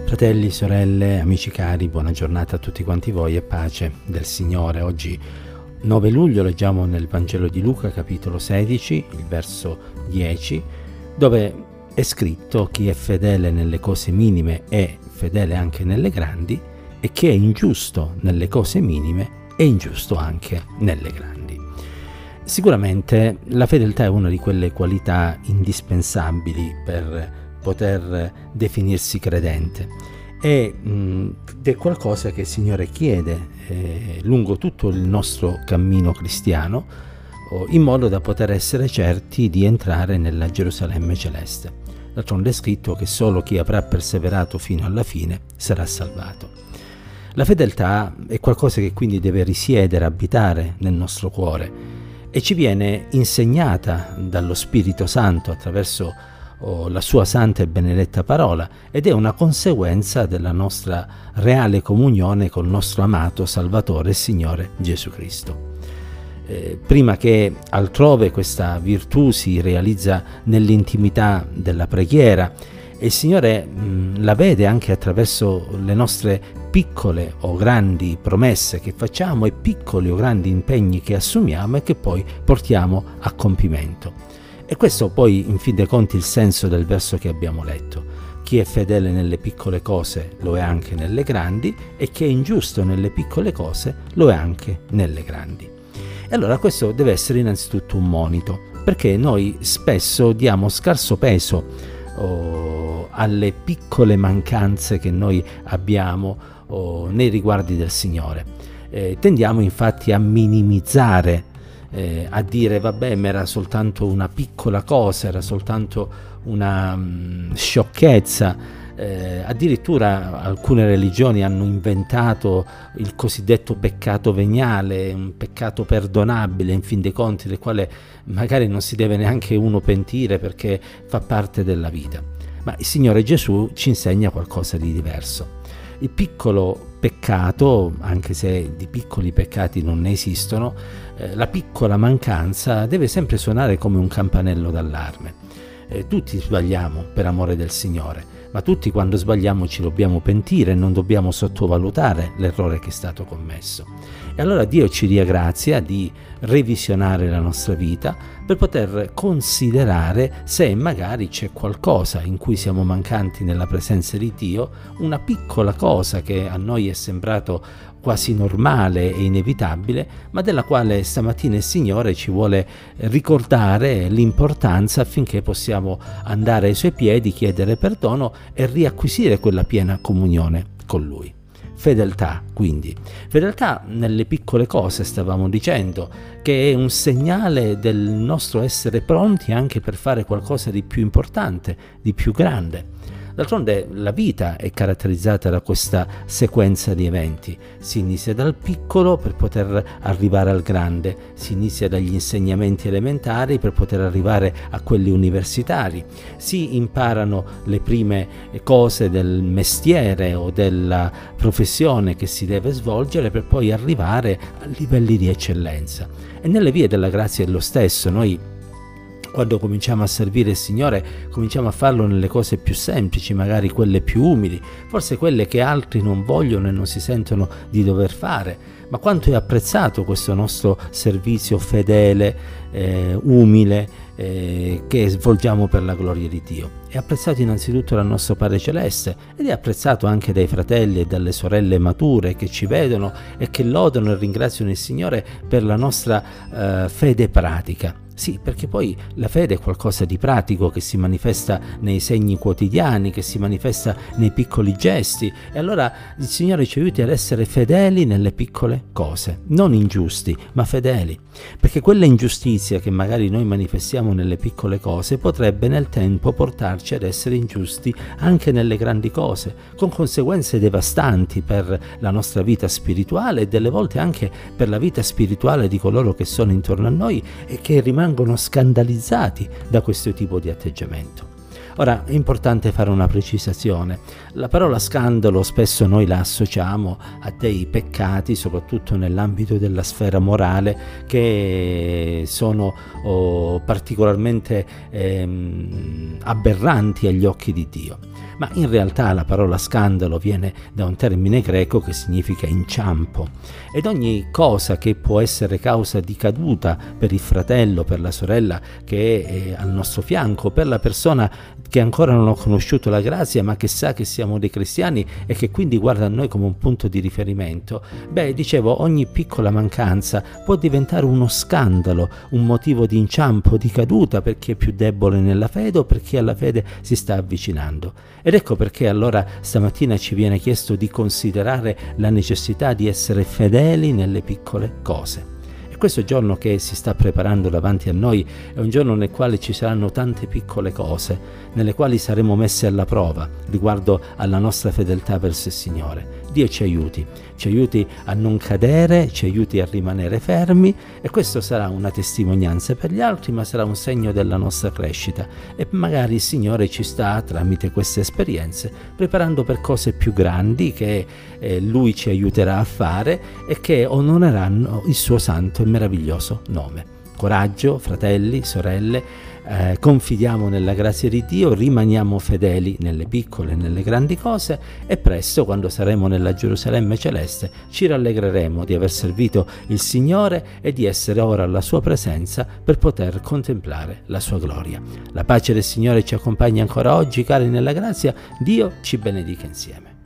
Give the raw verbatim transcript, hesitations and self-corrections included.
Fratelli, sorelle, amici cari, buona giornata a tutti quanti voi e pace del Signore. Oggi nove luglio leggiamo nel Vangelo di Luca, capitolo sedici, il verso dieci, dove è scritto: chi è fedele nelle cose minime è fedele anche nelle grandi, e chi è ingiusto nelle cose minime è ingiusto anche nelle grandi. Sicuramente la fedeltà è una di quelle qualità indispensabili per poter definirsi credente e, mh, ed è qualcosa che il Signore chiede eh, lungo tutto il nostro cammino cristiano, oh, in modo da poter essere certi di entrare nella Gerusalemme celeste. D'altronde è scritto che solo chi avrà perseverato fino alla fine sarà salvato. La fedeltà è qualcosa che quindi deve risiedere, abitare nel nostro cuore, e ci viene insegnata dallo Spirito Santo attraverso o la sua santa e benedetta parola, ed è una conseguenza della nostra reale comunione col nostro amato Salvatore e Signore Gesù Cristo. Eh, prima che altrove questa virtù si realizza nell'intimità della preghiera, e il Signore mh, la vede anche attraverso le nostre piccole o grandi promesse che facciamo e piccoli o grandi impegni che assumiamo e che poi portiamo a compimento. E questo poi, in fin dei conti, il senso del verso che abbiamo letto. Chi è fedele nelle piccole cose lo è anche nelle grandi, e chi è ingiusto nelle piccole cose lo è anche nelle grandi. E allora questo deve essere innanzitutto un monito, perché noi spesso diamo scarso peso oh, alle piccole mancanze che noi abbiamo oh, nei riguardi del Signore. Eh, tendiamo infatti a minimizzare, Eh, a dire vabbè, ma era soltanto una piccola cosa, era soltanto una mh, sciocchezza. Eh, addirittura alcune religioni hanno inventato il cosiddetto peccato veniale, un peccato perdonabile in fin dei conti, del quale magari non si deve neanche uno pentire perché fa parte della vita. Ma il Signore Gesù ci insegna qualcosa di diverso. Il piccolo peccato, anche se di piccoli peccati non ne esistono, eh, la piccola mancanza deve sempre suonare come un campanello d'allarme. Eh, tutti sbagliamo per amore del Signore, ma tutti quando sbagliamo ci dobbiamo pentire e non dobbiamo sottovalutare l'errore che è stato commesso. E allora Dio ci dia grazia di revisionare la nostra vita per poter considerare se magari c'è qualcosa in cui siamo mancanti nella presenza di Dio, una piccola cosa che a noi è sembrato quasi normale e inevitabile, ma della quale stamattina il Signore ci vuole ricordare l'importanza affinché possiamo andare ai Suoi piedi, chiedere perdono e riacquisire quella piena comunione con Lui. Fedeltà, quindi. Fedeltà nelle piccole cose, stavamo dicendo, che è un segnale del nostro essere pronti anche per fare qualcosa di più importante, di più grande. D'altronde la vita è caratterizzata da questa sequenza di eventi. Si inizia dal piccolo per poter arrivare al grande, si inizia dagli insegnamenti elementari per poter arrivare a quelli universitari, si imparano le prime cose del mestiere o della professione che si deve svolgere per poi arrivare a livelli di eccellenza. E nelle vie della grazia è lo stesso. Noi quando cominciamo a servire il Signore, cominciamo a farlo nelle cose più semplici, magari quelle più umili, forse quelle che altri non vogliono e non si sentono di dover fare. Ma quanto è apprezzato questo nostro servizio fedele, eh, umile, eh, che svolgiamo per la gloria di Dio. È apprezzato innanzitutto dal nostro Padre Celeste, ed è apprezzato anche dai fratelli e dalle sorelle mature che ci vedono e che lodano e ringraziano il Signore per la nostra eh, fede pratica. Sì, perché poi la fede è qualcosa di pratico che si manifesta nei segni quotidiani, che si manifesta nei piccoli gesti, e allora il Signore ci aiuti ad essere fedeli nelle piccole cose, non ingiusti, ma fedeli, perché quella ingiustizia che magari noi manifestiamo nelle piccole cose potrebbe nel tempo portarci ad essere ingiusti anche nelle grandi cose, con conseguenze devastanti per la nostra vita spirituale e delle volte anche per la vita spirituale di coloro che sono intorno a noi e che rimangono scandalizzati da questo tipo di atteggiamento. Ora è importante fare una precisazione. La parola scandalo spesso noi la associamo a dei peccati, soprattutto nell'ambito della sfera morale, che sono oh, particolarmente ehm, aberranti agli occhi di Dio. ma in realtà la parola scandalo viene da un termine greco che significa inciampo, ed ogni cosa che può essere causa di caduta per il fratello, per la sorella che è al nostro fianco, per la persona che ancora non ha conosciuto la grazia ma che sa che siamo dei cristiani e che quindi guarda a noi come un punto di riferimento, beh, dicevo, ogni piccola mancanza può diventare uno scandalo, un motivo di inciampo, di caduta per chi è più debole nella fede o per chi alla fede si sta avvicinando. Ed ecco perché allora stamattina ci viene chiesto di considerare la necessità di essere fedeli nelle piccole cose. Questo giorno che si sta preparando davanti a noi è un giorno nel quale ci saranno tante piccole cose, nelle quali saremo messi alla prova riguardo alla nostra fedeltà verso il Signore. Dio ci aiuti, ci aiuti a non cadere, ci aiuti a rimanere fermi, e questo sarà una testimonianza per gli altri, ma sarà un segno della nostra crescita, e magari il Signore ci sta, tramite queste esperienze, preparando per cose più grandi che eh, Lui ci aiuterà a fare e che onoreranno il suo santo e meraviglioso nome. Coraggio, fratelli, sorelle, eh, confidiamo nella grazia di Dio, rimaniamo fedeli nelle piccole e nelle grandi cose, e presto, quando saremo nella Gerusalemme celeste, ci rallegreremo di aver servito il Signore e di essere ora alla sua presenza per poter contemplare la sua gloria. La pace del Signore ci accompagna ancora oggi, cari nella grazia. Dio ci benedica insieme.